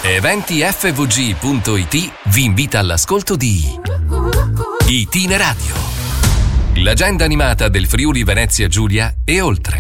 EventiFVG.it vi invita all'ascolto di Itinerario, l'agenda animata del Friuli Venezia Giulia e oltre.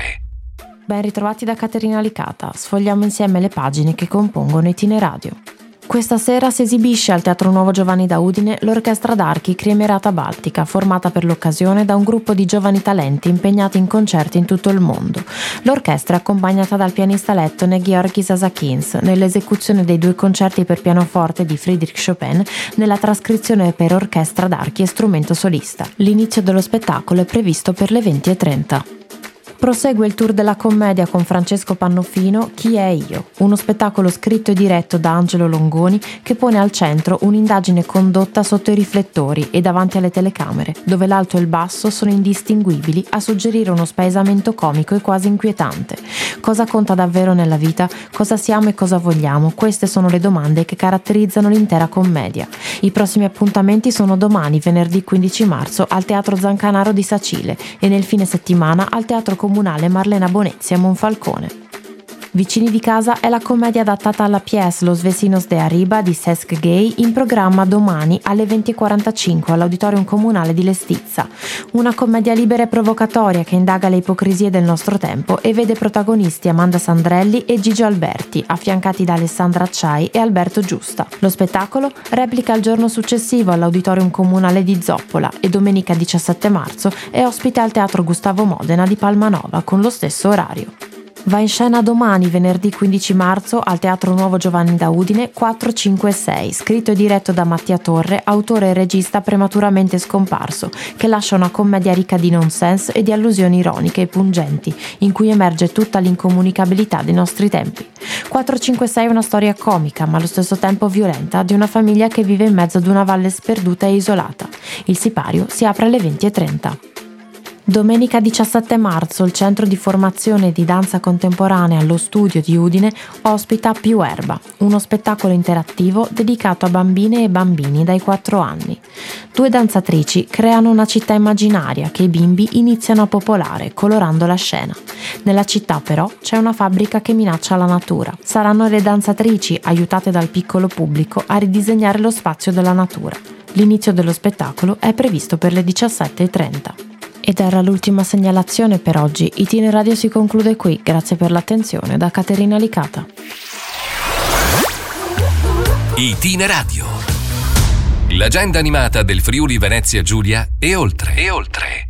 Ben ritrovati da Caterina Licata. Sfogliamo insieme le pagine che compongono Itinerario. Questa sera si esibisce al Teatro Nuovo Giovanni da Udine l'Orchestra d'Archi Cremerata Baltica, formata per l'occasione da un gruppo di giovani talenti impegnati in concerti in tutto il mondo. L'orchestra è accompagnata dal pianista lettone Georgis Asakins nell'esecuzione dei 2 concerti per pianoforte di Friedrich Chopin nella trascrizione per orchestra d'archi e strumento solista. L'inizio dello spettacolo è previsto per le 20:30. Prosegue il tour della commedia con Francesco Pannofino Chi è io? Uno spettacolo scritto e diretto da Angelo Longoni che pone al centro un'indagine condotta sotto i riflettori e davanti alle telecamere, dove l'alto e il basso sono indistinguibili a suggerire uno spaesamento comico e quasi inquietante. Cosa conta davvero nella vita? Cosa siamo e cosa vogliamo? Queste sono le domande che caratterizzano l'intera commedia. I prossimi appuntamenti sono domani, venerdì 15 marzo, al Teatro Zancanaro di Sacile e nel fine settimana al Teatro Comunale Marlena Bonezzi a Monfalcone. Vicini di casa è la commedia adattata alla pièce Los Vecinos de Arriba di Cesc Gay, in programma domani alle 20:45 all'Auditorium Comunale di Lestizza. Una commedia libera e provocatoria che indaga le ipocrisie del nostro tempo e vede protagonisti Amanda Sandrelli e Gigio Alberti, affiancati da Alessandra Acciai e Alberto Giusta. Lo spettacolo replica il giorno successivo all'Auditorium Comunale di Zoppola e domenica 17 marzo è ospite al Teatro Gustavo Modena di Palmanova con lo stesso orario. Va in scena domani, venerdì 15 marzo, al Teatro Nuovo Giovanni da Udine, 4, 5 e 6, scritto e diretto da Mattia Torre, autore e regista prematuramente scomparso, che lascia una commedia ricca di nonsense e di allusioni ironiche e pungenti, in cui emerge tutta l'incomunicabilità dei nostri tempi. 4, 5 e 6 è una storia comica, ma allo stesso tempo violenta, di una famiglia che vive in mezzo ad una valle sperduta e isolata. Il sipario si apre alle 20:30. Domenica 17 marzo il Centro di Formazione di Danza Contemporanea allo Studio di Udine ospita Più Erba, uno spettacolo interattivo dedicato a bambine e bambini dai 4 anni. 2 danzatrici creano una città immaginaria che i bimbi iniziano a popolare, colorando la scena. Nella città però c'è una fabbrica che minaccia la natura. Saranno le danzatrici, aiutate dal piccolo pubblico, a ridisegnare lo spazio della natura. L'inizio dello spettacolo è previsto per le 17:30. Ed era l'ultima segnalazione per oggi. Itinerario si conclude qui. Grazie per l'attenzione da Caterina Licata. Itinerario, l'agenda animata del Friuli Venezia Giulia e oltre.